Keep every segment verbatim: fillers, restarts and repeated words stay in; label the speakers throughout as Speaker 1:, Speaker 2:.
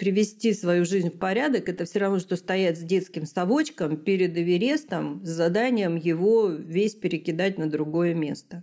Speaker 1: привести свою жизнь в порядок – это все равно, что стоять с детским совочком перед Эверестом с заданием его весь перекидать на другое место.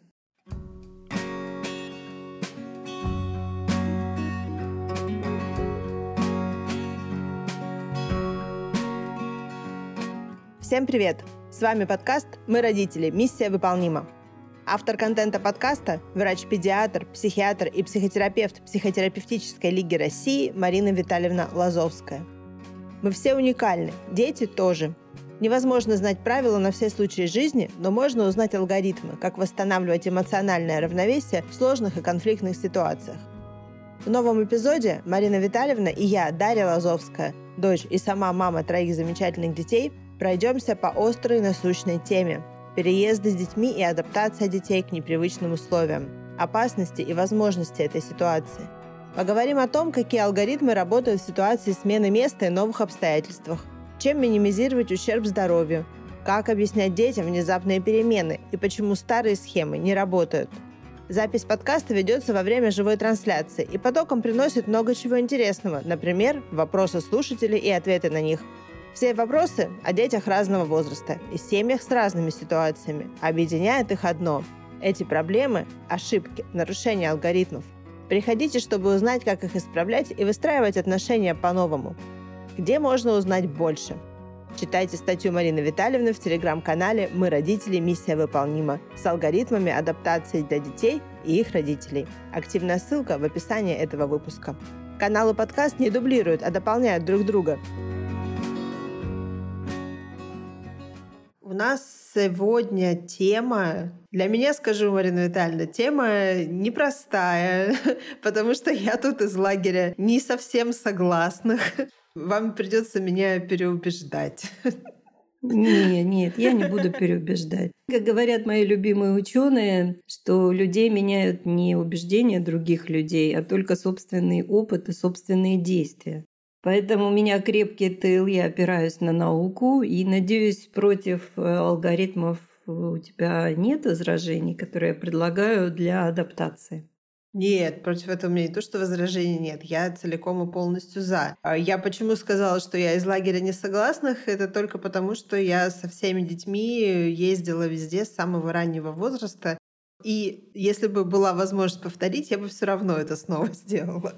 Speaker 2: Всем привет! С вами подкаст «Мы родители. Миссия выполнима». Автор контента подкаста – врач-педиатр, психиатр и психотерапевт Психотерапевтической лиги России Марина Витальевна Лазовская. Мы все уникальны, дети тоже. Невозможно знать правила на все случаи жизни, но можно узнать алгоритмы, как восстанавливать эмоциональное равновесие в сложных и конфликтных ситуациях. В новом эпизоде Марина Витальевна и я, Дарья Лазовская, дочь и сама мама троих замечательных детей, пройдемся по острой насущной теме – переезды с детьми и адаптация детей к непривычным условиям, опасности и возможности этой ситуации. Поговорим о том, какие алгоритмы работают в ситуации смены места и новых обстоятельствах, чем минимизировать ущерб здоровью, как объяснять детям внезапные перемены и почему старые схемы не работают. Запись подкаста ведется во время живой трансляции и потоком приносит много чего интересного, например, вопросы слушателей и ответы на них. Все вопросы о детях разного возраста и семьях с разными ситуациями. Объединяет их одно – эти проблемы, ошибки, нарушения алгоритмов. Приходите, чтобы узнать, как их исправлять и выстраивать отношения по-новому. Где можно узнать больше? Читайте статью Марины Витальевны в телеграм-канале «Мы родители. Миссия выполнима» с алгоритмами адаптации для детей и их родителей. Активная ссылка в описании этого выпуска. Каналы подкаст не дублируют, а дополняют друг друга. У нас сегодня тема, для меня, скажу, Марина Витальевна, тема непростая, потому что я тут из лагеря не совсем согласных. Вам придется меня переубеждать.
Speaker 1: Нет, нет, я не буду переубеждать. Как говорят мои любимые ученые, что людей меняют не убеждения других людей, а только собственный опыт и собственные действия. Поэтому у меня крепкий тыл, я опираюсь на науку и, надеюсь, против алгоритмов у тебя нет возражений, которые я предлагаю для адаптации.
Speaker 2: Нет, против этого у меня не то, что возражений нет. Я целиком и полностью за. Я почему сказала, что я из лагеря несогласных, это только потому, что я со всеми детьми ездила везде с самого раннего возраста. И если бы была возможность повторить, я бы все равно это снова сделала.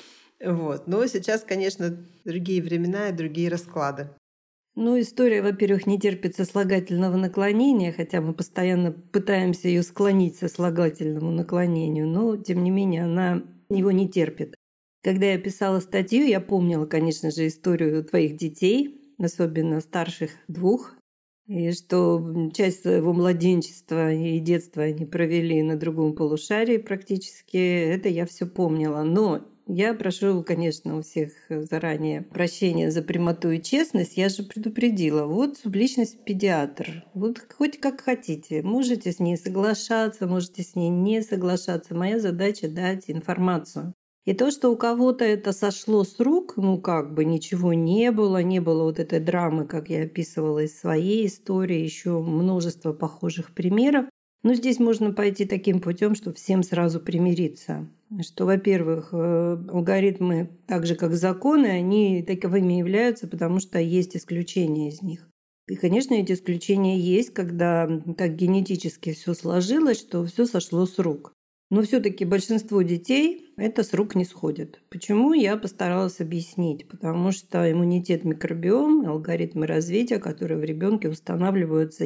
Speaker 2: Вот. Но сейчас, конечно, другие времена и другие расклады.
Speaker 1: Ну, история, во-первых, не терпит сослагательного наклонения, хотя мы постоянно пытаемся ее склонить к сослагательному наклонению, но, тем не менее, она его не терпит. Когда я писала статью, я помнила, конечно же, историю твоих детей, особенно старших двух, и что часть своего младенчества и детства они провели на другом полушарии практически. Это я все помнила. Но я прошу, конечно, у всех заранее прощения за прямоту и честность. Я же предупредила. Вот субличность педиатр. Вот хоть как хотите. Можете с ней соглашаться, можете с ней не соглашаться. Моя задача — дать информацию. И то, что у кого-то это сошло с рук, ну как бы ничего не было, не было вот этой драмы, как я описывала из своей истории, еще множество похожих примеров. Но здесь можно пойти таким путем, что всем сразу примириться. Что, во-первых, алгоритмы, так же как законы, они таковыми являются, потому что есть исключения из них. И, конечно, эти исключения есть, когда так генетически все сложилось, что все сошло с рук. Но все-таки большинство детей это с рук не сходит. Почему, я постаралась объяснить. Потому что иммунитет, микробиом, алгоритмы развития, которые в ребенке устанавливаются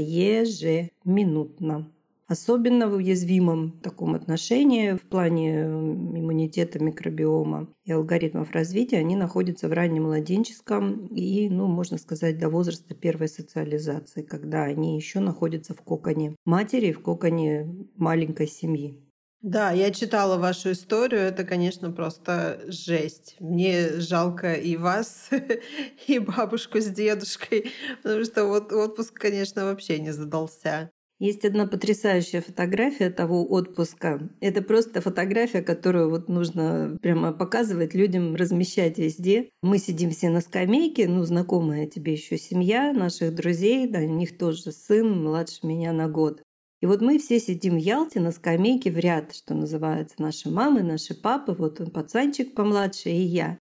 Speaker 1: ежеминутно. Особенно в уязвимом таком отношении в плане иммунитета, микробиома и алгоритмов развития они находятся в раннемладенческом и, ну, можно сказать, до возраста первой социализации, когда они еще находятся в коконе матери, в коконе маленькой семьи.
Speaker 2: Да, я читала вашу историю, это, конечно, просто жесть. Мне жалко и вас, и бабушку с дедушкой, потому что вот отпуск, конечно, вообще не задался.
Speaker 1: Есть одна потрясающая фотография того отпуска. Это просто фотография, которую вот нужно прямо показывать людям, размещать везде. Мы сидим все на скамейке, ну, знакомая тебе еще семья наших друзей, да, у них тоже сын младше меня на год. И вот мы все сидим в Ялте на скамейке в ряд, что называется, наши мамы, наши папы, вот он пацанчик помладше и я.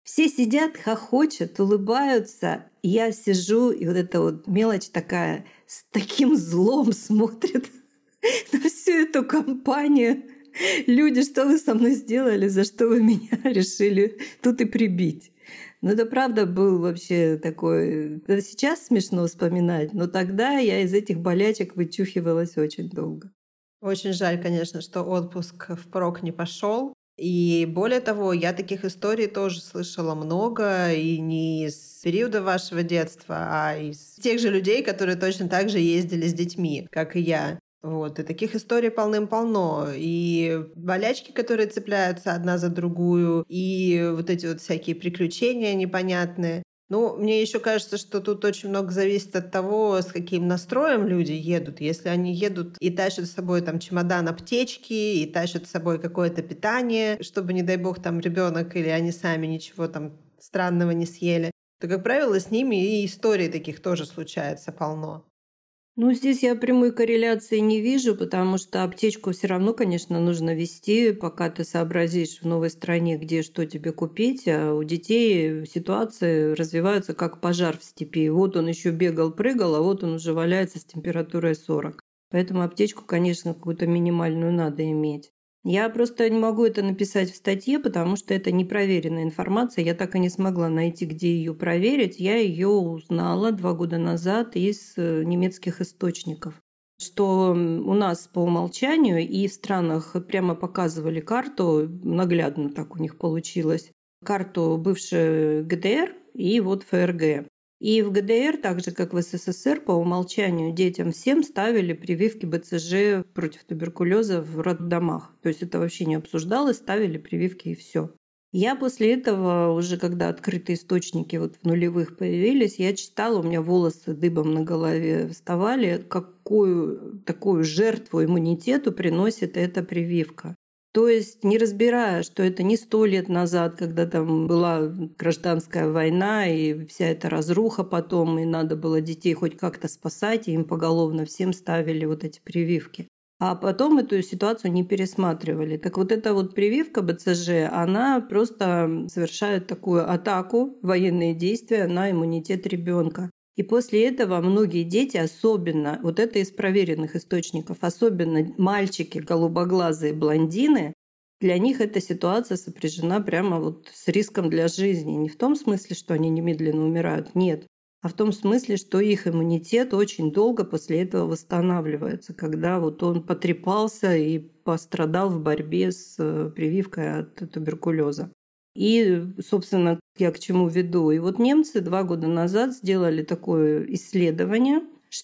Speaker 1: Все сидят, хохочут, улыбаются. Я сижу, и вот эта вот мелочь такая с таким злом смотрит на всю эту компанию. Люди, что вы со мной сделали, за что вы меня решили тут и прибить? Ну, это правда был вообще такой... Это сейчас смешно вспоминать, но тогда я из этих болячек вычухивалась очень долго.
Speaker 2: Очень жаль, конечно, что отпуск впрок не пошел. И более того, я таких историй тоже слышала много, и не из периода вашего детства, а из тех же людей, которые точно так же ездили с детьми, как и я. Вот. И таких историй полным-полно. И болячки, которые цепляются одна за другую, и вот эти вот всякие приключения непонятные. Ну, мне еще кажется, что тут очень много зависит от того, с каким настроем люди едут. Если они едут и тащат с собой там чемодан аптечки, и тащат с собой какое-то питание, чтобы, не дай бог, там ребенок или они сами ничего там странного не съели, то, как правило, с ними и истории таких тоже случается полно.
Speaker 1: Ну, здесь я прямой корреляции не вижу, потому что аптечку все равно, конечно, нужно вести, пока ты сообразишь в новой стране, где что тебе купить. А у детей ситуации развиваются как пожар в степи. Вот он еще бегал, прыгал, а вот он уже валяется с температурой сорок. Поэтому аптечку, конечно, какую-то минимальную надо иметь. Я просто не могу это написать в статье, потому что это непроверенная информация. Я так и не смогла найти, где ее проверить. Я ее узнала два года назад из немецких источников. Что у нас по умолчанию и в странах прямо показывали карту, наглядно так у них получилось, карту бывшей ГДР и вот ФРГ. И в ГДР, так же как в СССР, по умолчанию детям всем ставили прививки БЦЖ против туберкулеза в роддомах. То есть это вообще не обсуждалось, ставили прививки и все. Я после этого, уже когда открытые источники вот в нулевых появились, я читала, у меня волосы дыбом на голове вставали, какую такую жертву иммунитету приносит эта прививка. То есть, не разбирая, что это не сто лет назад, когда там была гражданская война и вся эта разруха потом, и надо было детей хоть как-то спасать, и им поголовно всем ставили вот эти прививки. А потом эту ситуацию не пересматривали. Так вот эта вот прививка БЦЖ, она просто совершает такую атаку, военные действия на иммунитет ребенка. И после этого многие дети, особенно, вот это из проверенных источников, особенно мальчики, голубоглазые блондины, для них эта ситуация сопряжена прямо вот с риском для жизни. Не в том смысле, что они немедленно умирают, нет, а в том смысле, что их иммунитет очень долго после этого восстанавливается, когда вот он потрепался и пострадал в борьбе с прививкой от туберкулеза. И, собственно, я к чему веду. И вот немцы два года назад сделали такое исследование,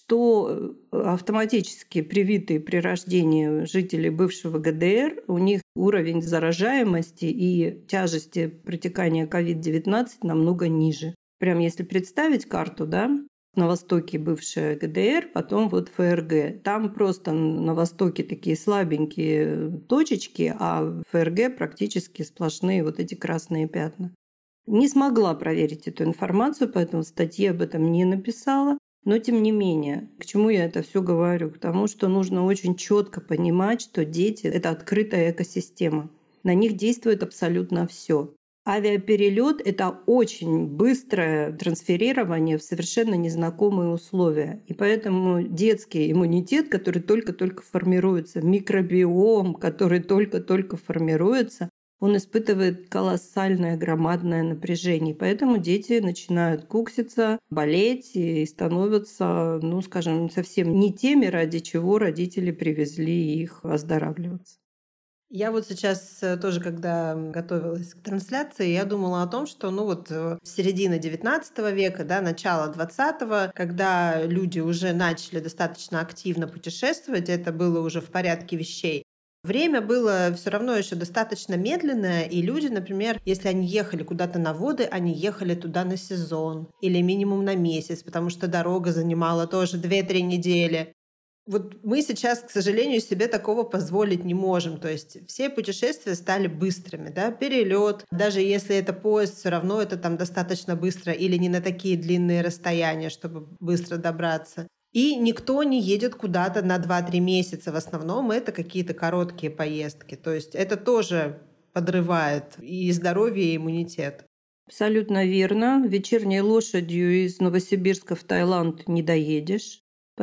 Speaker 1: что автоматически привитые при рождении жители бывшего ГДР, у них уровень заражаемости и тяжести протекания ковид девятнадцать намного ниже. Прям если представить карту, да, на востоке бывшая ГДР, потом вот ФРГ. Там просто на востоке такие слабенькие точечки, а в ФРГ практически сплошные вот эти красные пятна. Не смогла проверить эту информацию, поэтому в статье об этом не написала. Но тем не менее, к чему я это все говорю? К тому, что нужно очень четко понимать, что дети — это открытая экосистема. На них действует абсолютно все. Авиаперелет — это очень быстрое трансферирование в совершенно незнакомые условия. И поэтому детский иммунитет, который только-только формируется, микробиом, который только-только формируется, он испытывает колоссальное, громадное напряжение. Поэтому дети начинают кукситься, болеть и становятся, ну, скажем, совсем не теми, ради чего родители привезли их оздоравливаться.
Speaker 2: Я вот сейчас тоже, когда готовилась к трансляции, я думала о том, что ну вот середина девятнадцатого века, да, начало двадцатого, когда люди уже начали достаточно активно путешествовать, это было уже в порядке вещей. Время было все равно еще достаточно медленное, и люди, например, если они ехали куда-то на воды, они ехали туда на сезон или минимум на месяц, потому что дорога занимала тоже две-три недели. Вот мы сейчас, к сожалению, себе такого позволить не можем. То есть все путешествия стали быстрыми, да, перелет, даже если это поезд, все равно это там достаточно быстро или не на такие длинные расстояния, чтобы быстро добраться. И никто не едет куда-то на два-три месяца. В основном это какие-то короткие поездки. То есть это тоже подрывает и здоровье, и иммунитет.
Speaker 1: Абсолютно верно. Вечерней лошадью из Новосибирска в Таиланд не доедешь.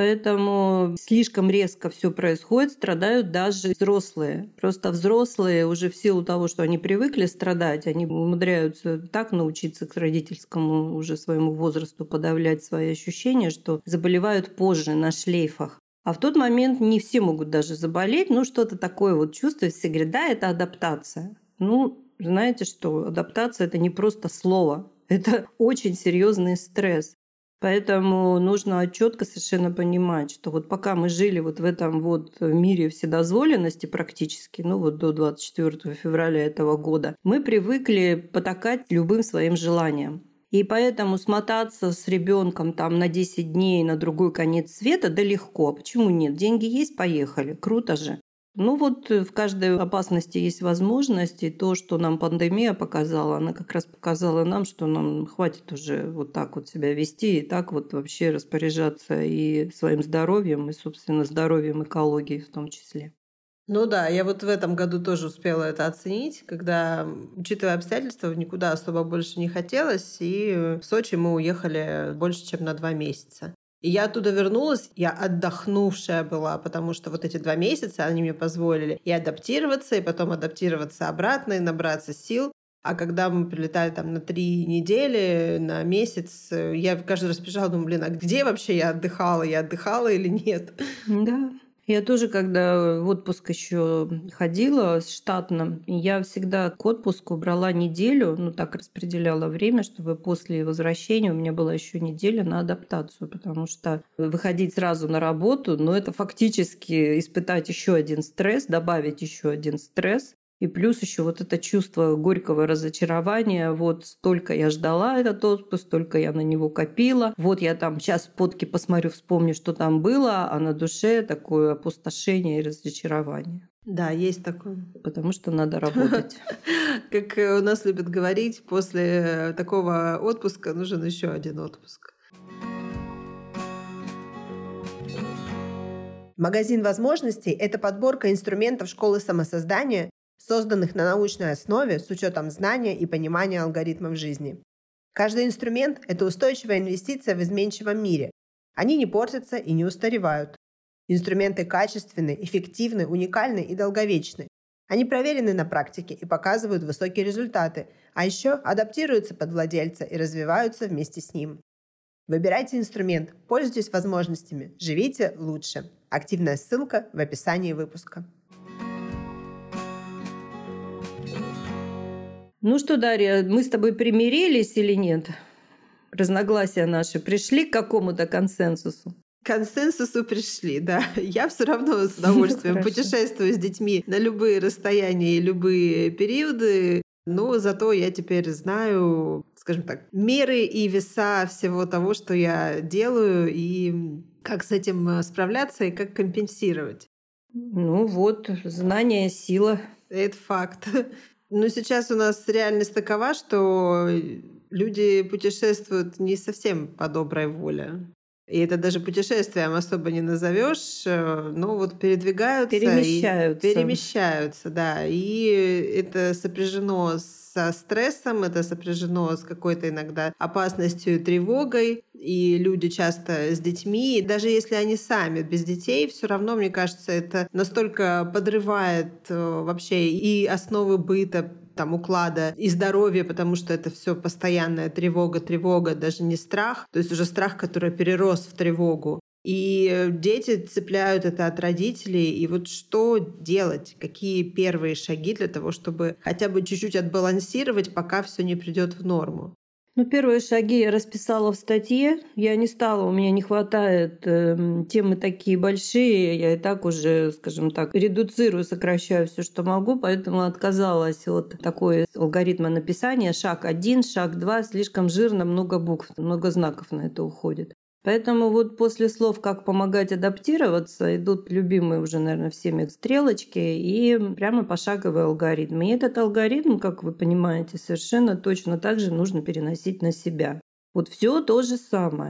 Speaker 1: Поэтому слишком резко все происходит, страдают даже взрослые. Просто взрослые уже в силу того, что они привыкли страдать, они умудряются так научиться к родительскому уже своему возрасту подавлять свои ощущения, что заболевают позже на шлейфах. А в тот момент не все могут даже заболеть, ну что-то такое вот чувствуют, все говорят, да, это адаптация. Ну, знаете что, адаптация – это не просто слово, это очень серьезный стресс. Поэтому нужно четко совершенно понимать, что вот пока мы жили вот в этом вот мире вседозволенности практически, ну вот до двадцать четвёртого февраля этого года, мы привыкли потакать любым своим желаниям. И поэтому смотаться с ребенком там на десять дней на другой конец света да легко. Почему нет? Деньги есть, поехали. Круто же. Ну вот в каждой опасности есть возможность, и то, что нам пандемия показала, она как раз показала нам, что нам хватит уже вот так вот себя вести и так вот вообще распоряжаться и своим здоровьем, и, собственно, здоровьем экологии в том числе.
Speaker 2: Ну да, я вот в этом году тоже успела это оценить, когда, учитывая обстоятельства, никуда особо больше не хотелось, и в Сочи мы уехали больше, чем на два месяца. И я оттуда вернулась, я отдохнувшая была, потому что вот эти два месяца они мне позволили и адаптироваться, и потом адаптироваться обратно, и набраться сил. А когда мы прилетали там на три недели, на месяц, я каждый раз бежала, думаю, блин, а где вообще я отдыхала? Я отдыхала или нет?
Speaker 1: Да. Я тоже, когда в отпуск еще ходила штатно, я всегда к отпуску брала неделю, ну так распределяла время, чтобы после возвращения у меня была еще неделя на адаптацию, потому что выходить сразу на работу, ну это фактически испытать еще один стресс, добавить еще один стресс. И плюс еще вот это чувство горького разочарования. Вот столько я ждала этот отпуск, столько я на него копила. Вот я там сейчас фотки посмотрю, вспомню, что там было, а на душе такое опустошение и разочарование.
Speaker 2: Да, есть такое.
Speaker 1: Потому что надо работать.
Speaker 2: Как у нас любят говорить, после такого отпуска нужен еще один отпуск. Магазин возможностей – это подборка инструментов школы самосоздания, созданных на научной основе с учетом знания и понимания алгоритмов жизни. Каждый инструмент – это устойчивая инвестиция в изменчивом мире. Они не портятся и не устаревают. Инструменты качественны, эффективны, уникальны и долговечны. Они проверены на практике и показывают высокие результаты, а еще адаптируются под владельца и развиваются вместе с ним. Выбирайте инструмент, пользуйтесь возможностями, живите лучше. Активная ссылка в описании выпуска.
Speaker 1: Ну что, Дарья, мы с тобой примирились или нет? Разногласия наши пришли к какому-то консенсусу?
Speaker 2: К консенсусу пришли, да. Я все равно с удовольствием путешествую с детьми на любые расстояния и любые периоды, но зато я теперь знаю, скажем так, меры и веса всего того, что я делаю, и как с этим справляться и как компенсировать.
Speaker 1: Ну вот, знание — сила.
Speaker 2: Это факт. Но сейчас у нас реальность такова, что люди путешествуют не совсем по доброй воле. И это даже путешествием особо не назовешь, но вот передвигаются.
Speaker 1: Перемещаются.
Speaker 2: И перемещаются, да. И это сопряжено со стрессом, это сопряжено с какой-то иногда опасностью и тревогой. И люди часто с детьми, и даже если они сами без детей, все равно, мне кажется, это настолько подрывает вообще и основы быта, там, уклада и здоровья, потому что это все постоянная тревога, тревога, даже не страх, то есть уже страх, который перерос в тревогу. И дети цепляют это от родителей. И вот что делать? Какие первые шаги для того, чтобы хотя бы чуть-чуть отбалансировать, пока все не придет в норму?
Speaker 1: Ну, первые шаги я расписала в статье. Я не стала, у меня не хватает э, темы такие большие. Я и так уже, скажем так, редуцирую, сокращаю все, что могу, поэтому отказалась от такой алгоритма написания. Шаг один, шаг два, слишком жирно, много букв, много знаков на это уходит. Поэтому вот после слов «как помогать адаптироваться» идут любимые уже, наверное, всеми стрелочки и прямо пошаговый алгоритм. И этот алгоритм, как вы понимаете, совершенно точно так же нужно переносить на себя. Вот все то же самое.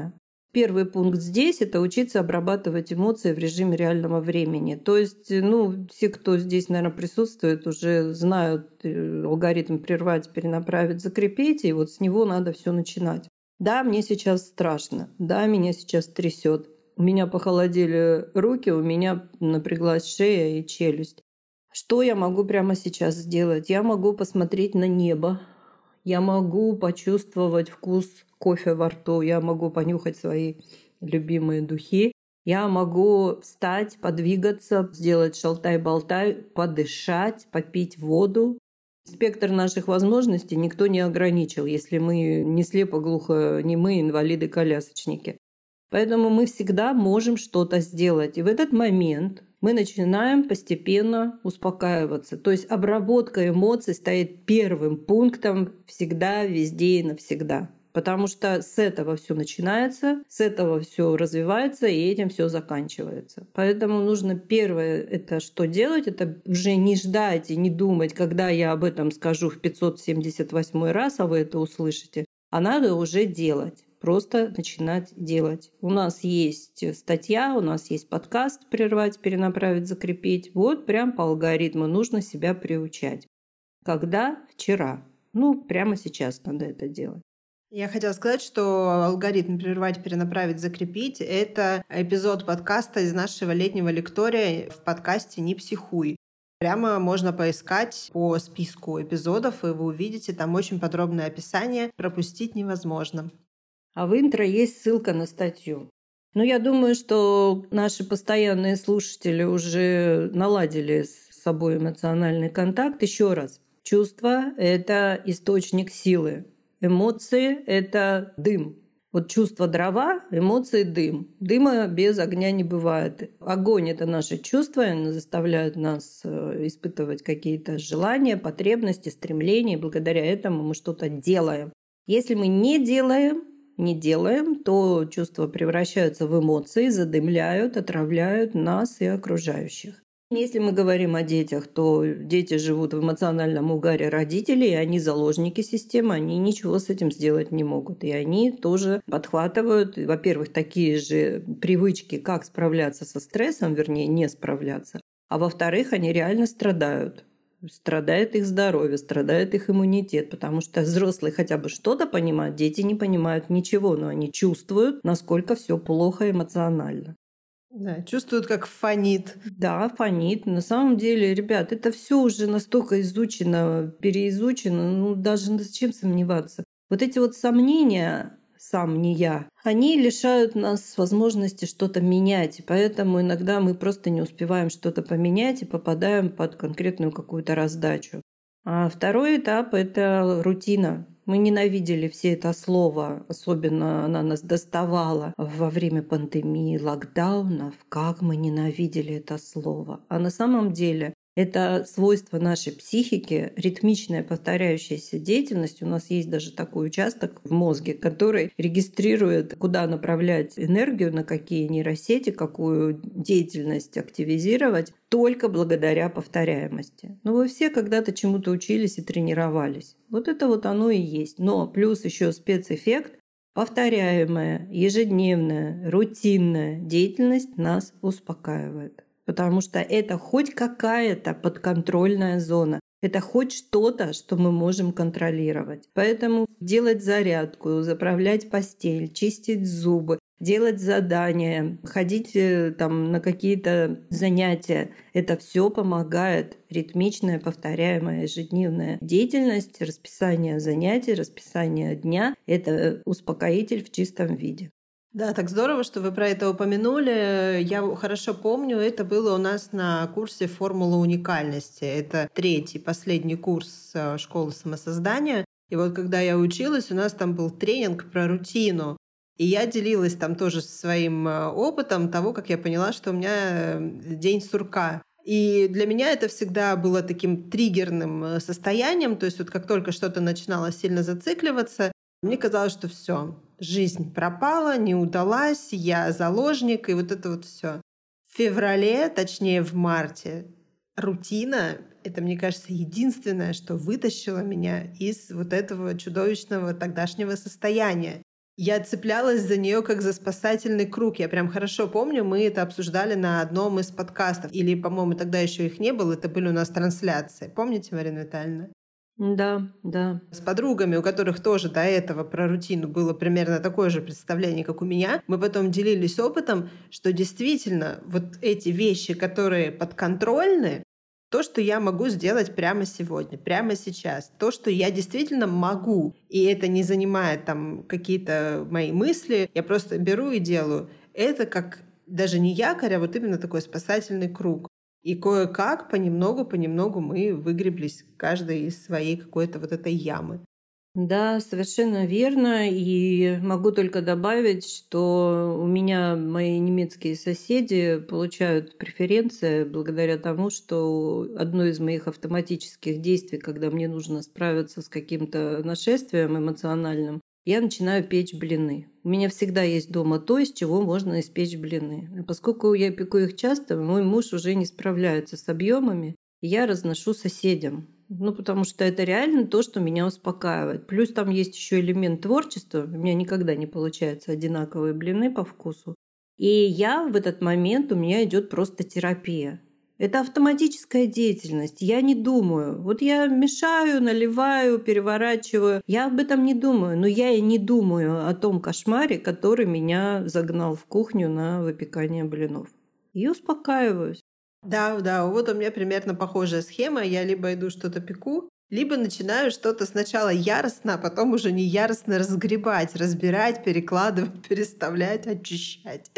Speaker 1: Первый пункт здесь – это учиться обрабатывать эмоции в режиме реального времени. То есть, ну, все, кто здесь, наверное, присутствует, уже знают э, алгоритм «прервать, перенаправить, закрепить», и вот с него надо все начинать. Да, мне сейчас страшно, да, меня сейчас трясет. У меня похолодели руки, у меня напряглась шея и челюсть. Что я могу прямо сейчас сделать? Я могу посмотреть на небо, я могу почувствовать вкус кофе во рту, я могу понюхать свои любимые духи, я могу встать, подвигаться, сделать шалтай-болтай, подышать, попить воду. Спектр наших возможностей никто не ограничил, если мы не слепо-глухонемые инвалиды-колясочники. Поэтому мы всегда можем что-то сделать. И в этот момент мы начинаем постепенно успокаиваться. То есть обработка эмоций стоит первым пунктом всегда, везде и навсегда. Потому что с этого все начинается, с этого все развивается, и этим все заканчивается. Поэтому нужно первое, это что делать, это уже не ждать и не думать, когда я об этом скажу в пятьсот семьдесят восьмой раз, а вы это услышите, а надо уже делать. Просто начинать делать. У нас есть статья, у нас есть подкаст «Прервать, перенаправить, закрепить». Вот прям по алгоритму нужно себя приучать. Когда? Вчера. Ну, прямо сейчас надо это делать.
Speaker 2: Я хотела сказать, что алгоритм «Прервать, перенаправить, закрепить» — это эпизод подкаста из нашего летнего лектория в подкасте «Не психуй». Прямо можно поискать по списку эпизодов, и вы увидите там очень подробное описание. Пропустить невозможно.
Speaker 1: А в интро есть ссылка на статью. Ну, я думаю, что наши постоянные слушатели уже наладили с собой эмоциональный контакт. Еще раз. Чувство – это источник силы. Эмоции – это дым. Вот чувство дрова, эмоции – дым. Дыма без огня не бывает. Огонь – это наши чувства, они заставляют нас испытывать какие-то желания, потребности, стремления. И благодаря этому мы что-то делаем. Если мы не делаем, не делаем, то чувства превращаются в эмоции, задымляют, отравляют нас и окружающих. Если мы говорим о детях, то дети живут в эмоциональном угаре родителей, и они заложники системы, они ничего с этим сделать не могут. И они тоже подхватывают, во-первых, такие же привычки, как справляться со стрессом, вернее, не справляться, а во-вторых, они реально страдают. Страдает их здоровье, страдает их иммунитет, потому что взрослые хотя бы что-то понимают, дети не понимают ничего, но они чувствуют, насколько все плохо эмоционально.
Speaker 2: Да, чувствуют, как фонит.
Speaker 1: Да, фонит. На самом деле, ребят, это все уже настолько изучено, переизучено, ну даже зачем сомневаться. Вот эти вот сомнения, сам не я, они лишают нас возможности что-то менять. И поэтому иногда мы просто не успеваем что-то поменять и попадаем под конкретную какую-то раздачу. А второй этап – это рутина. Мы ненавидели все это слово, особенно она нас доставала во время пандемии, локдаунов. Как мы ненавидели это слово. А на самом деле это свойство нашей психики, ритмичная повторяющаяся деятельность. У нас есть даже такой участок в мозге, который регистрирует, куда направлять энергию, на какие нейросети, какую деятельность активизировать, только благодаря повторяемости. Но вы все когда-то чему-то учились и тренировались. Вот это вот оно и есть. Но плюс еще спецэффект. Повторяемая, ежедневная, рутинная деятельность нас успокаивает. Потому что это хоть какая-то подконтрольная зона. Это хоть что-то, что мы можем контролировать. Поэтому делать зарядку, заправлять постель, чистить зубы, делать задания, ходить там, на какие-то занятия. Это все помогает. Ритмичная, повторяемая ежедневная деятельность, расписание занятий, расписание дня — это успокоитель в чистом виде.
Speaker 2: Да, так здорово, что вы про это упомянули. Я хорошо помню, это было у нас на курсе «Формула уникальности». Это третий, последний курс школы самосоздания. И вот когда я училась, у нас там был тренинг про рутину. И я делилась там тоже своим опытом того, как я поняла, что у меня день сурка. И для меня это всегда было таким триггерным состоянием. То есть вот как только что-то начинало сильно зацикливаться, мне казалось, что все, жизнь пропала, не удалась, я заложник, и вот это вот все. В феврале, точнее в марте, рутина — это, мне кажется, единственное, что вытащило меня из вот этого чудовищного тогдашнего состояния. Я цеплялась за нее как за спасательный круг. Я прям хорошо помню, мы это обсуждали на одном из подкастов. Или, по-моему, тогда еще их не было, это были у нас трансляции. Помните, Марина Витальевна?
Speaker 1: Да, да.
Speaker 2: С подругами, у которых тоже до этого про рутину было примерно такое же представление, как у меня, мы потом делились опытом, что действительно вот эти вещи, которые подконтрольны, то, что я могу сделать прямо сегодня, прямо сейчас, то, что я действительно могу, и это не занимает там какие-то мои мысли, я просто беру и делаю. Это как даже не якорь, а вот именно такой спасательный круг. И кое-как понемногу-понемногу мы выгреблись каждый из своей какой-то вот этой ямы.
Speaker 1: Да, совершенно верно. И могу только добавить, что у меня мои немецкие соседи получают преференции благодаря тому, что одно из моих автоматических действий, когда мне нужно справиться с каким-то нашествием эмоциональным, я начинаю печь блины. У меня всегда есть дома то, из чего можно испечь блины. А поскольку я пеку их часто, мой муж уже не справляется с объемами, и я разношу соседям. Ну, потому что это реально то, что меня успокаивает. Плюс там есть еще элемент творчества. У меня никогда не получаются одинаковые блины по вкусу. И я в этот момент, у меня идет просто терапия. Это автоматическая деятельность. Я не думаю. Вот я мешаю, наливаю, переворачиваю. Я об этом не думаю. Но я и не думаю о том кошмаре, который меня загнал в кухню на выпекание блинов. И успокаиваюсь.
Speaker 2: Да, да, вот у меня примерно похожая схема. Я либо иду что-то пеку, либо начинаю что-то сначала яростно, а потом уже не яростно разгребать, разбирать, перекладывать, переставлять, очищать.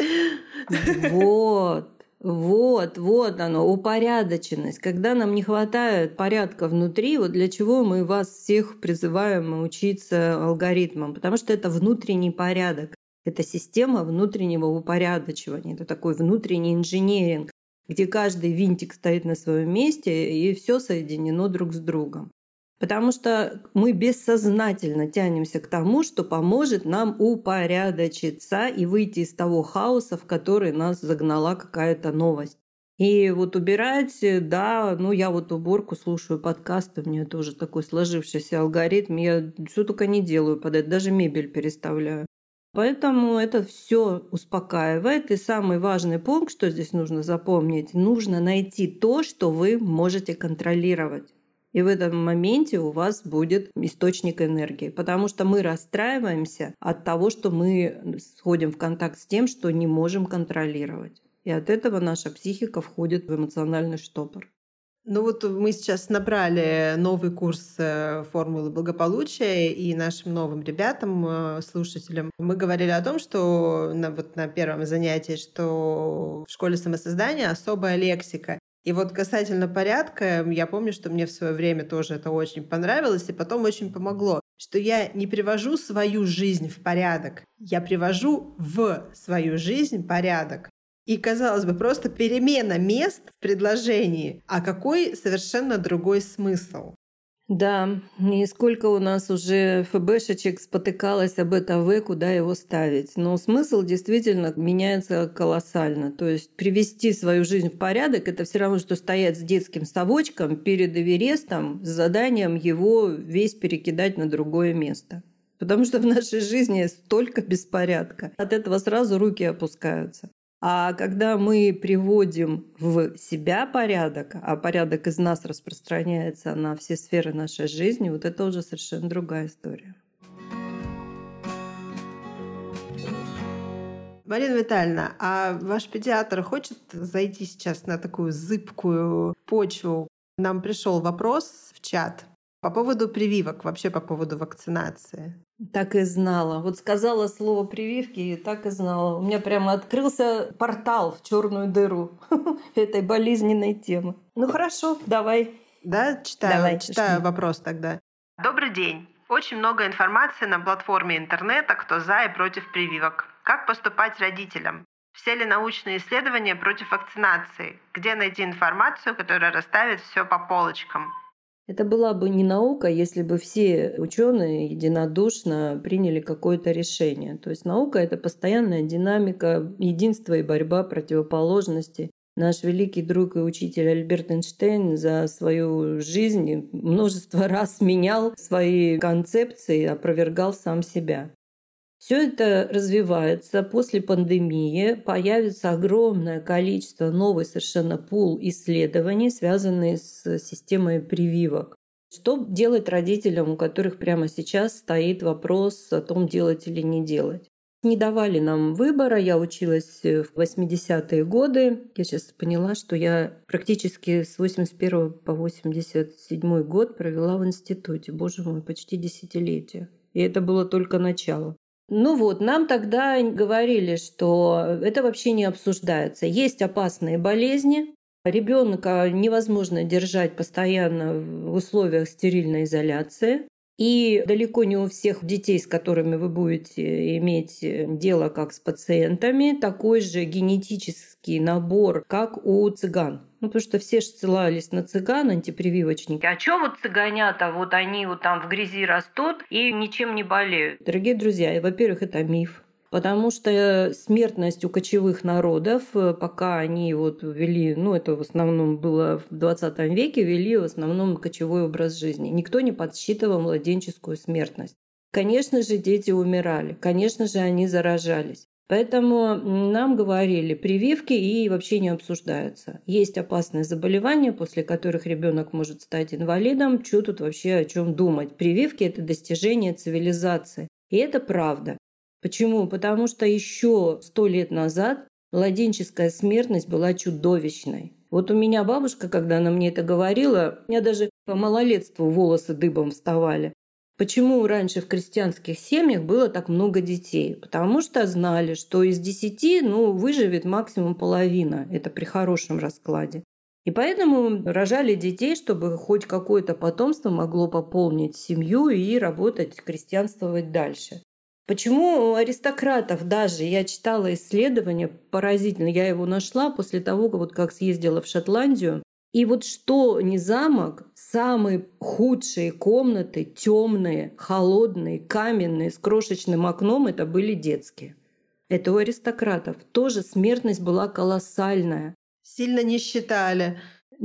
Speaker 1: Вот. Вот, вот оно, упорядоченность. Когда нам не хватает порядка внутри, вот для чего мы вас всех призываем учиться алгоритмам, потому что это внутренний порядок, это система внутреннего упорядочивания, это такой внутренний инженеринг, где каждый винтик стоит на своем месте и все соединено друг с другом. Потому что мы бессознательно тянемся к тому, что поможет нам упорядочиться и выйти из того хаоса, в который нас загнала какая-то новость. И вот убирать, да, ну я вот уборку слушаю, подкасты, у меня тоже такой сложившийся алгоритм, я что только не делаю под это, даже мебель переставляю. Поэтому это все успокаивает. И самый важный пункт, что здесь нужно запомнить, нужно найти то, что вы можете контролировать. И в этом моменте у вас будет источник энергии. Потому что мы расстраиваемся от того, что мы сходим в контакт с тем, что не можем контролировать. И от этого наша психика входит в эмоциональный штопор.
Speaker 2: Ну вот мы сейчас набрали новый курс э, формулы благополучия, и нашим новым ребятам, э, слушателям, мы говорили о том, что на, вот на первом занятии, что в школе самосоздания особая лексика. И вот касательно порядка, я помню, что мне в свое время тоже это очень понравилось, и потом очень помогло, что я не привожу свою жизнь в порядок, я привожу в свою жизнь порядок. И, казалось бы, просто перемена мест в предложении, а какой совершенно другой смысл.
Speaker 1: Да, и сколько у нас уже ФБшечек спотыкалось об это В, куда его ставить. Но смысл действительно меняется колоссально. То есть привести свою жизнь в порядок — это все равно, что стоять с детским совочком перед Эверестом с заданием его весь перекидать на другое место. Потому что в нашей жизни столько беспорядка. От этого сразу руки опускаются. А когда мы приводим в себя порядок, а порядок из нас распространяется на все сферы нашей жизни, вот это уже совершенно другая история.
Speaker 2: Марина Витальевна, а ваш педиатр хочет зайти сейчас на такую зыбкую почву? Нам пришел вопрос в чат по поводу прививок, вообще по поводу вакцинации.
Speaker 1: Так и знала. Вот сказала слово прививки, и так и знала. У меня прямо открылся портал в черную дыру этой болезненной темы. Ну хорошо, давай.
Speaker 2: Да, читаю,
Speaker 1: Давай,
Speaker 2: читаю
Speaker 1: жди.
Speaker 2: вопрос тогда. Добрый день. Очень много информации на платформе интернета, кто за и против прививок. Как поступать родителям? Все ли научные исследования против вакцинации? Где найти информацию, которая расставит все по полочкам?
Speaker 1: Это была бы не наука, если бы все ученые единодушно приняли какое-то решение. То есть наука — это постоянная динамика, единство и борьба противоположностей. Наш великий друг и учитель Альберт Эйнштейн за свою жизнь множество раз менял свои концепции, опровергал сам себя. Все это развивается. После пандемии появится огромное количество новый совершенно пул исследований, связанных с системой прививок. Что делать родителям, у которых прямо сейчас стоит вопрос о том, делать или не делать? Не давали нам выбора. Я училась в восьмидесятые годы. Я сейчас поняла, что я практически с восемьдесят первого по восемьдесят седьмой год провела в институте. Боже мой, почти десятилетие. И это было только начало. Ну вот, нам тогда говорили, что это вообще не обсуждается. Есть опасные болезни. Ребенка невозможно держать постоянно в условиях стерильной изоляции. И далеко не у всех детей, с которыми вы будете иметь дело как с пациентами, такой же генетический набор, как у цыган. Ну, потому что все же ссылались на цыган, антипрививочники. А чё вот цыганята, вот они вот там в грязи растут и ничем не болеют? Дорогие друзья, во-первых, это миф. Потому что смертность у кочевых народов, пока они вот вели, ну это в основном было в двадцатом веке, вели в основном кочевой образ жизни. Никто не подсчитывал младенческую смертность. Конечно же, дети умирали, конечно же, они заражались. Поэтому нам говорили, прививки и вообще не обсуждаются. Есть опасные заболевания, после которых ребенок может стать инвалидом. Что тут вообще о чем думать? Прививки – это достижение цивилизации. И это правда. Почему? Потому что еще сто лет назад младенческая смертность была чудовищной. Вот у меня бабушка, когда она мне это говорила, у меня даже по малолетству волосы дыбом вставали. Почему раньше в крестьянских семьях было так много детей? Потому что знали, что из десяти ну, выживет максимум половина. Это при хорошем раскладе. И поэтому рожали детей, чтобы хоть какое-то потомство могло пополнить семью и работать, крестьянствовать дальше. Почему у аристократов даже, я читала исследование поразительно, я его нашла после того, вот как съездила в Шотландию, и вот что не замок, самые худшие комнаты, темные, холодные, каменные, с крошечным окном, это были детские. Это у аристократов. Тоже смертность была колоссальная.
Speaker 2: Сильно не считали.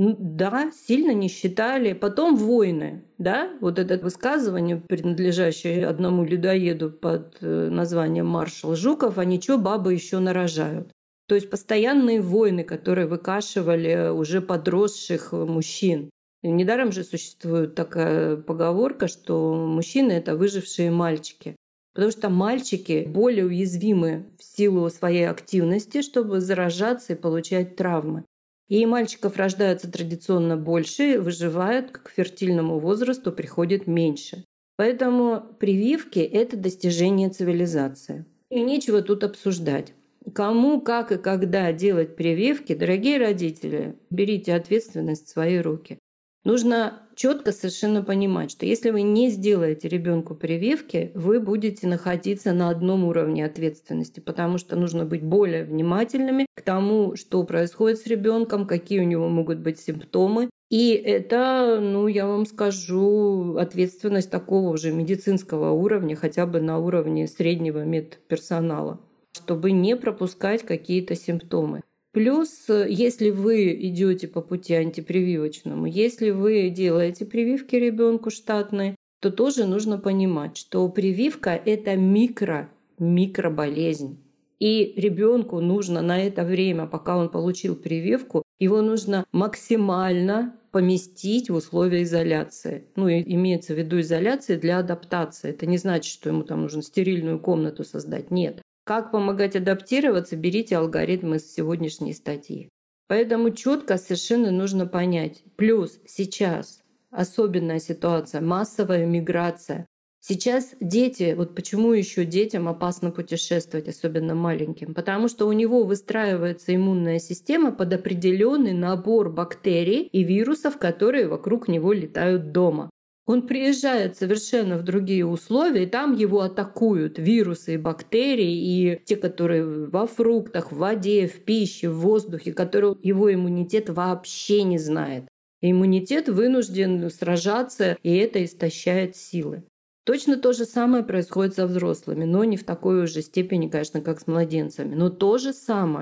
Speaker 1: Да, сильно не считали. Потом войны, да, вот это высказывание, принадлежащее одному людоеду под названием Маршал Жуков, а ничего, бабы еще нарожают. То есть постоянные войны, которые выкашивали уже подросших мужчин. И недаром же существует такая поговорка, что мужчины – это выжившие мальчики. Потому что мальчики более уязвимы в силу своей активности, чтобы заражаться и получать травмы. И мальчиков рождаются традиционно больше, выживают, к фертильному возрасту приходит меньше. Поэтому прививки – это достижение цивилизации. И нечего тут обсуждать. Кому, как и когда делать прививки, дорогие родители, берите ответственность в свои руки. Нужно четко совершенно понимать, что если вы не сделаете ребенку прививки, вы будете находиться на одном уровне ответственности, потому что нужно быть более внимательными к тому, что происходит с ребенком, какие у него могут быть симптомы. И это, ну, я вам скажу, ответственность такого уже медицинского уровня, хотя бы на уровне среднего медперсонала, чтобы не пропускать какие-то симптомы. Плюс, если вы идете по пути антипрививочному, если вы делаете прививки ребенку штатные, то тоже нужно понимать, что прививка – это микро, микроболезнь. И ребенку нужно на это время, пока он получил прививку, его нужно максимально поместить в условия изоляции. Ну, и имеется в виду изоляции для адаптации. Это не значит, что ему там нужно стерильную комнату создать. Нет. Как помогать адаптироваться, берите алгоритмы из сегодняшней статьи. Поэтому четко совершенно нужно понять. Плюс сейчас особенная ситуация, массовая миграция. Сейчас дети, вот почему еще детям опасно путешествовать, особенно маленьким? Потому что у него выстраивается иммунная система под определенный набор бактерий и вирусов, которые вокруг него летают дома. Он приезжает совершенно в другие условия, и там его атакуют вирусы и бактерии, и те, которые во фруктах, в воде, в пище, в воздухе, которые его иммунитет вообще не знает. И иммунитет вынужден сражаться, и это истощает силы. Точно то же самое происходит со взрослыми, но не в такой уже степени, конечно, как с младенцами. Но то же самое.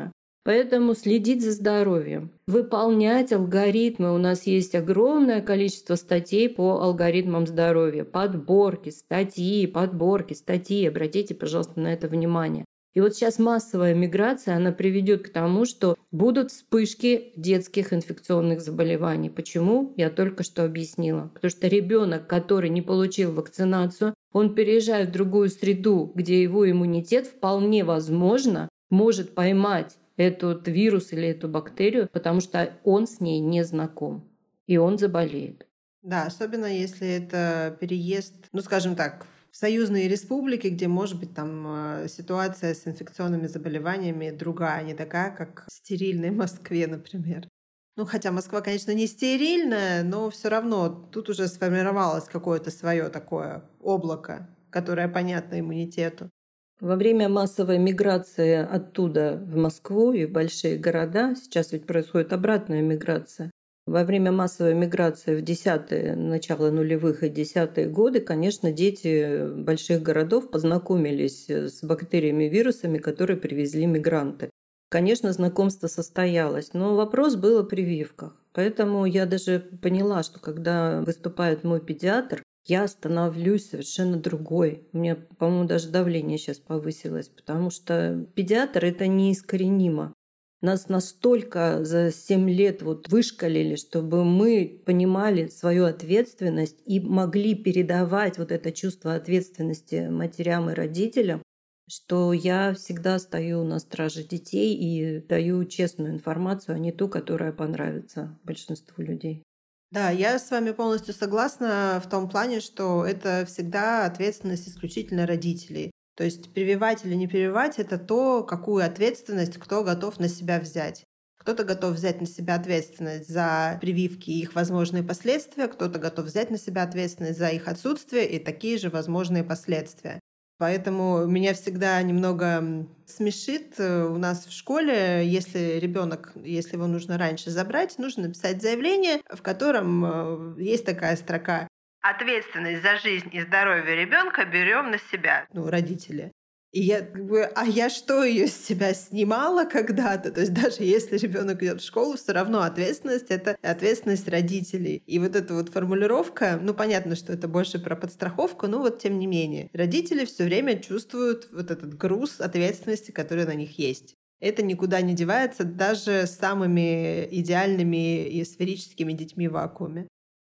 Speaker 1: Поэтому следить за здоровьем, выполнять алгоритмы. У нас есть огромное количество статей по алгоритмам здоровья. Подборки, статьи, подборки, статьи. Обратите, пожалуйста, на это внимание. И вот сейчас массовая миграция, она приведет к тому, что будут вспышки детских инфекционных заболеваний. Почему? Я только что объяснила. Потому что ребенок, который не получил вакцинацию, он переезжает в другую среду, где его иммунитет вполне возможно может поймать этот вирус или эту бактерию, потому что он с ней не знаком, и он заболеет.
Speaker 2: Да, особенно если это переезд, ну, скажем так, в союзные республики, где, может быть, там ситуация с инфекционными заболеваниями другая, не такая, как в стерильной Москве, например. Ну, хотя Москва, конечно, не стерильная, но все равно тут уже сформировалось какое-то свое такое облако, которое понятно иммунитету.
Speaker 1: Во время массовой миграции оттуда в Москву и в большие города, сейчас ведь происходит обратная миграция, во время массовой миграции в десятые, начало нулевых и десятые годы, конечно, дети больших городов познакомились с бактериями и вирусами, которые привезли мигранты. Конечно, знакомство состоялось, но вопрос был о прививках. Поэтому я даже поняла, что когда выступает мой педиатр, я становлюсь совершенно другой. У меня, по-моему, даже давление сейчас повысилось, потому что педиатр — это неискоренимо. Нас настолько за семь лет вот вышкалили, чтобы мы понимали свою ответственность и могли передавать вот это чувство ответственности матерям и родителям, что я всегда стою на страже детей и даю честную информацию, а не ту, которая понравится большинству людей.
Speaker 2: Да, я с вами полностью согласна в том плане, что это всегда ответственность исключительно родителей. То есть прививать или не прививать — это то, какую ответственность кто готов на себя взять. Кто-то готов взять на себя ответственность за прививки и их возможные последствия, кто-то готов взять на себя ответственность за их отсутствие и такие же возможные последствия. Поэтому меня всегда немного смешит у нас в школе, если ребенок, если его нужно раньше забрать, нужно написать заявление, в котором есть такая строка: «Ответственность за жизнь и здоровье ребенка берем на себя», ну, родители. И я как бы, а я что, ее с себя снимала когда-то? То есть даже если ребенок идет в школу, все равно ответственность — это ответственность родителей. И вот эта вот формулировка, ну понятно, что это больше про подстраховку, но вот тем не менее. Родители все время чувствуют вот этот груз ответственности, который на них есть. Это никуда не девается даже с самыми идеальными и сферическими детьми в вакууме.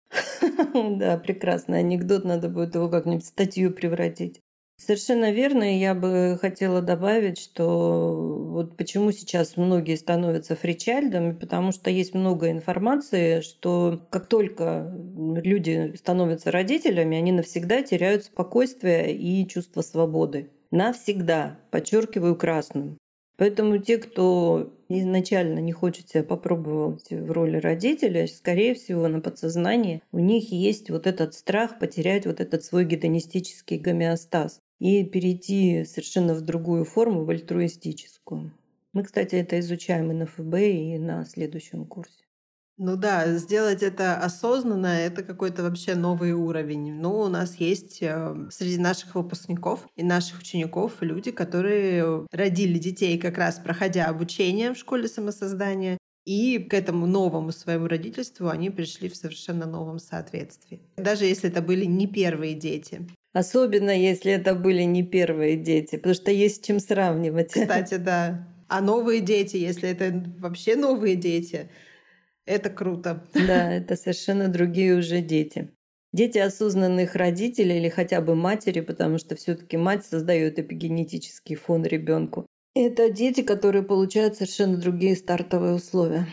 Speaker 1: Да, прекрасный анекдот, надо будет его как-нибудь в статью превратить. Совершенно верно, и я бы хотела добавить, что вот почему сейчас многие становятся фричайльдами, потому что есть много информации, что как только люди становятся родителями, они навсегда теряют спокойствие и чувство свободы. Навсегда, подчеркиваю красным. Поэтому те, кто изначально не хочет себя попробовать в роли родителя, скорее всего, на подсознании у них есть вот этот страх потерять вот этот свой гедонистический гомеостаз и перейти совершенно в другую форму, в альтруистическую. Мы, кстати, это изучаем и на эф бэ и на следующем курсе.
Speaker 2: Ну да, сделать это осознанно — это какой-то вообще новый уровень. Ну, у нас есть среди наших выпускников и наших учеников люди, которые родили детей, как раз проходя обучение в школе самосоздания, и к этому новому своему родительству они пришли в совершенно новом соответствии. Даже если это были не первые дети.
Speaker 1: Особенно, если это были не первые дети, потому что есть с чем сравнивать.
Speaker 2: Кстати, да. А новые дети, если это вообще новые дети, это круто.
Speaker 1: Да, это совершенно другие уже дети. Дети осознанных родителей или хотя бы матери, потому что все-таки мать создает эпигенетический фон ребенку. Это дети, которые получают совершенно другие стартовые условия.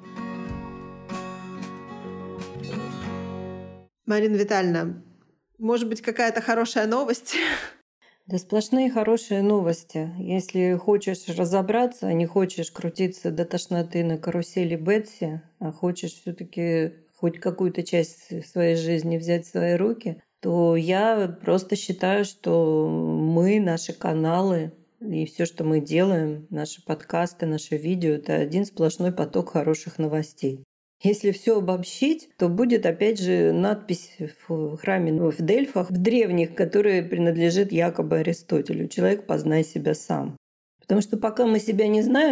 Speaker 2: Марина Витальевна, может быть, какая-то хорошая новость?
Speaker 1: Да сплошные хорошие новости. Если хочешь разобраться, не хочешь крутиться до тошноты на карусели Бетси, а хочешь все-таки хоть какую-то часть своей жизни взять в свои руки, то я просто считаю, что мы, наши каналы и все, что мы делаем, наши подкасты, наши видео, это один сплошной поток хороших новостей. Если все обобщить, то будет опять же надпись в храме в Дельфах, в древних, которая принадлежит якобы Аристотелю. Человек, познай себя сам. Потому что пока мы себя не знаем,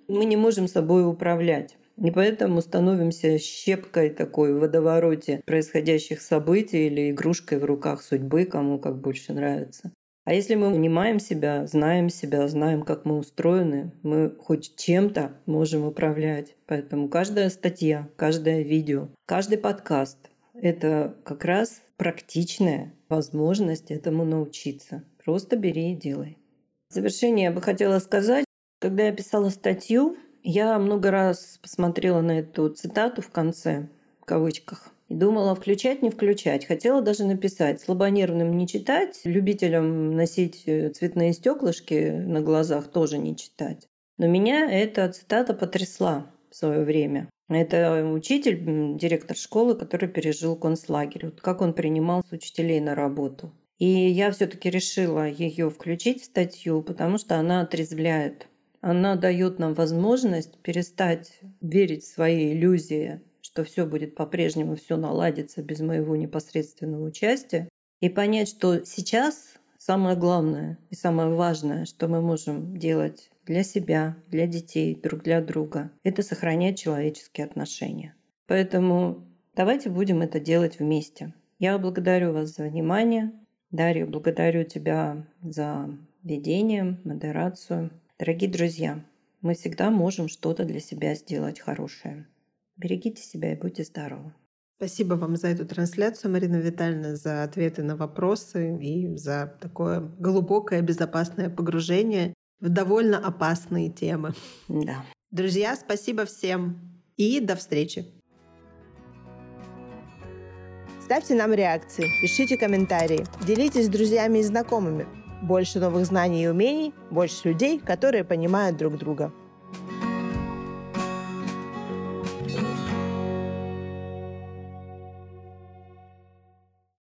Speaker 1: Мы не можем собой управлять. И поэтому становимся щепкой такой в водовороте происходящих событий или игрушкой в руках судьбы, кому как больше нравится. А если мы понимаем себя, знаем себя, знаем, как мы устроены, мы хоть чем-то можем управлять. Поэтому каждая статья, каждое видео, каждый подкаст — это как раз практичная возможность этому научиться. Просто бери и делай. В завершение я бы хотела сказать, когда я писала статью, я много раз посмотрела на эту цитату в конце, в кавычках, и думала, включать, не включать. Хотела даже написать: слабонервным не читать, любителям носить цветные стеклышки на глазах тоже не читать. Но меня эта цитата потрясла в свое время. Это учитель, директор школы, который пережил концлагерь. Вот как он принимал учителей на работу. И я все-таки решила ее включить в статью, потому что она отрезвляет. Она дает нам возможность перестать верить в свои иллюзии, что все будет по-прежнему, все наладится без моего непосредственного участия, и понять, что сейчас самое главное и самое важное, что мы можем делать для себя, для детей, друг для друга, это сохранять человеческие отношения. Поэтому давайте будем это делать вместе. Я благодарю вас за внимание. Дарья, благодарю тебя за ведение, модерацию. Дорогие друзья, мы всегда можем что-то для себя сделать хорошее. Берегите себя и будьте здоровы.
Speaker 2: Спасибо вам за эту трансляцию, Марина Витальевна, за ответы на вопросы и за такое глубокое, безопасное погружение в довольно опасные темы.
Speaker 1: Да.
Speaker 2: Друзья, спасибо всем и до встречи. Ставьте нам реакции, пишите комментарии, делитесь с друзьями и знакомыми. Больше новых знаний и умений, больше людей, которые понимают друг друга.